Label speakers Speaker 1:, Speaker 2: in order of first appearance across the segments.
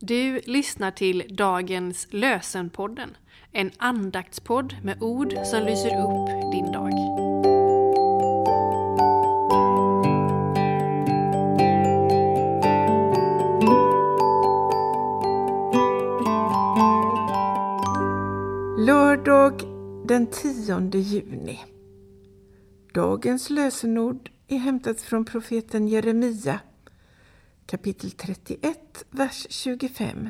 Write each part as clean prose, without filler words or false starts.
Speaker 1: Du lyssnar till dagens Lösenpodden, en andaktspodd med ord som lyser upp din dag.
Speaker 2: Lördag den 10 juni. Dagens lösenord är hämtat från profeten Jeremia, kapitel 31, vers 25.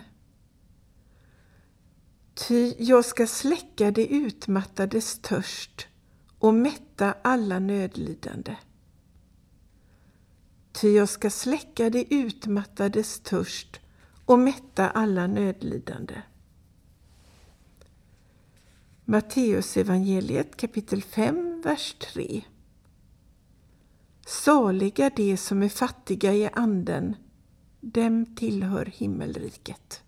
Speaker 2: Ty jag ska släcka det utmattades törst och mätta alla nödlidande. Ty jag ska släcka det utmattades törst och mätta alla nödlidande. Matteus evangeliet kapitel 5, vers 3. Saliga de som är fattiga i anden, dem tillhör himmelriket.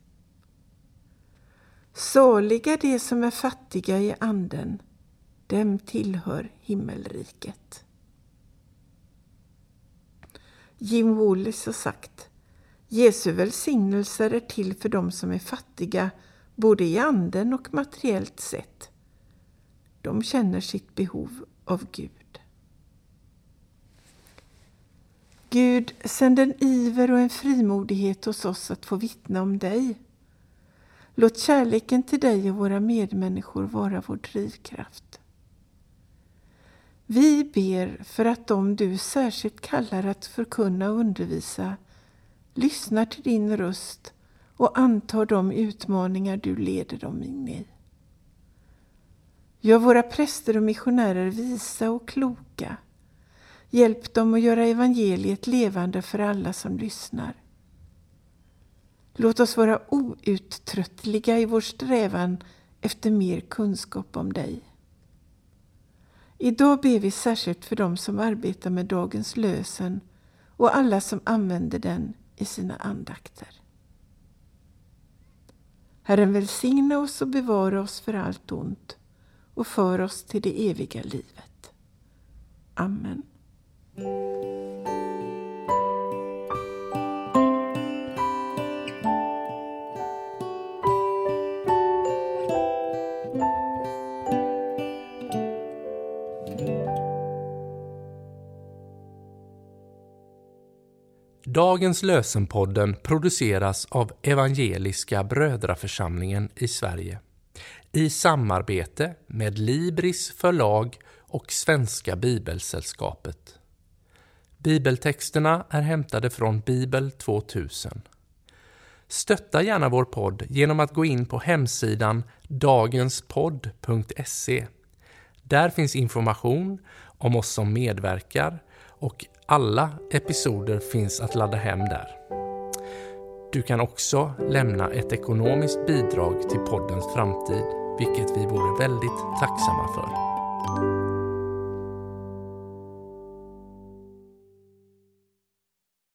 Speaker 2: Saliga de som är fattiga i anden, dem tillhör himmelriket. Jim Wallis har sagt: Jesu välsignelser är till för de som är fattiga, både i anden och materiellt sett. De känner sitt behov av Gud. Gud, sänd en iver och en frimodighet hos oss att få vittna om dig. Låt kärleken till dig och våra medmänniskor vara vår drivkraft. Vi ber för att de du särskilt kallar att förkunna och undervisa lyssnar till din röst och antar de utmaningar du leder dem in i. Gör våra präster och missionärer visa och kloka. Hjälp dem att göra evangeliet levande för alla som lyssnar. Låt oss vara outtröttliga i vår strävan efter mer kunskap om dig. Idag ber vi särskilt för dem som arbetar med dagens lösen och alla som använder den i sina andakter. Herren välsigna oss och bevara oss för allt ont och för oss till det eviga livet. Amen.
Speaker 3: Dagens lösenpodden produceras av Evangeliska Brödraförsamlingen i Sverige i samarbete med Libris förlag och Svenska Bibelsällskapet. Bibeltexterna är hämtade från Bibel 2000. Stötta gärna vår podd genom att gå in på hemsidan dagenspodd.se. Där finns information om oss som medverkar och alla episoder finns att ladda hem där. Du kan också lämna ett ekonomiskt bidrag till poddens framtid, vilket vi vore väldigt tacksamma för.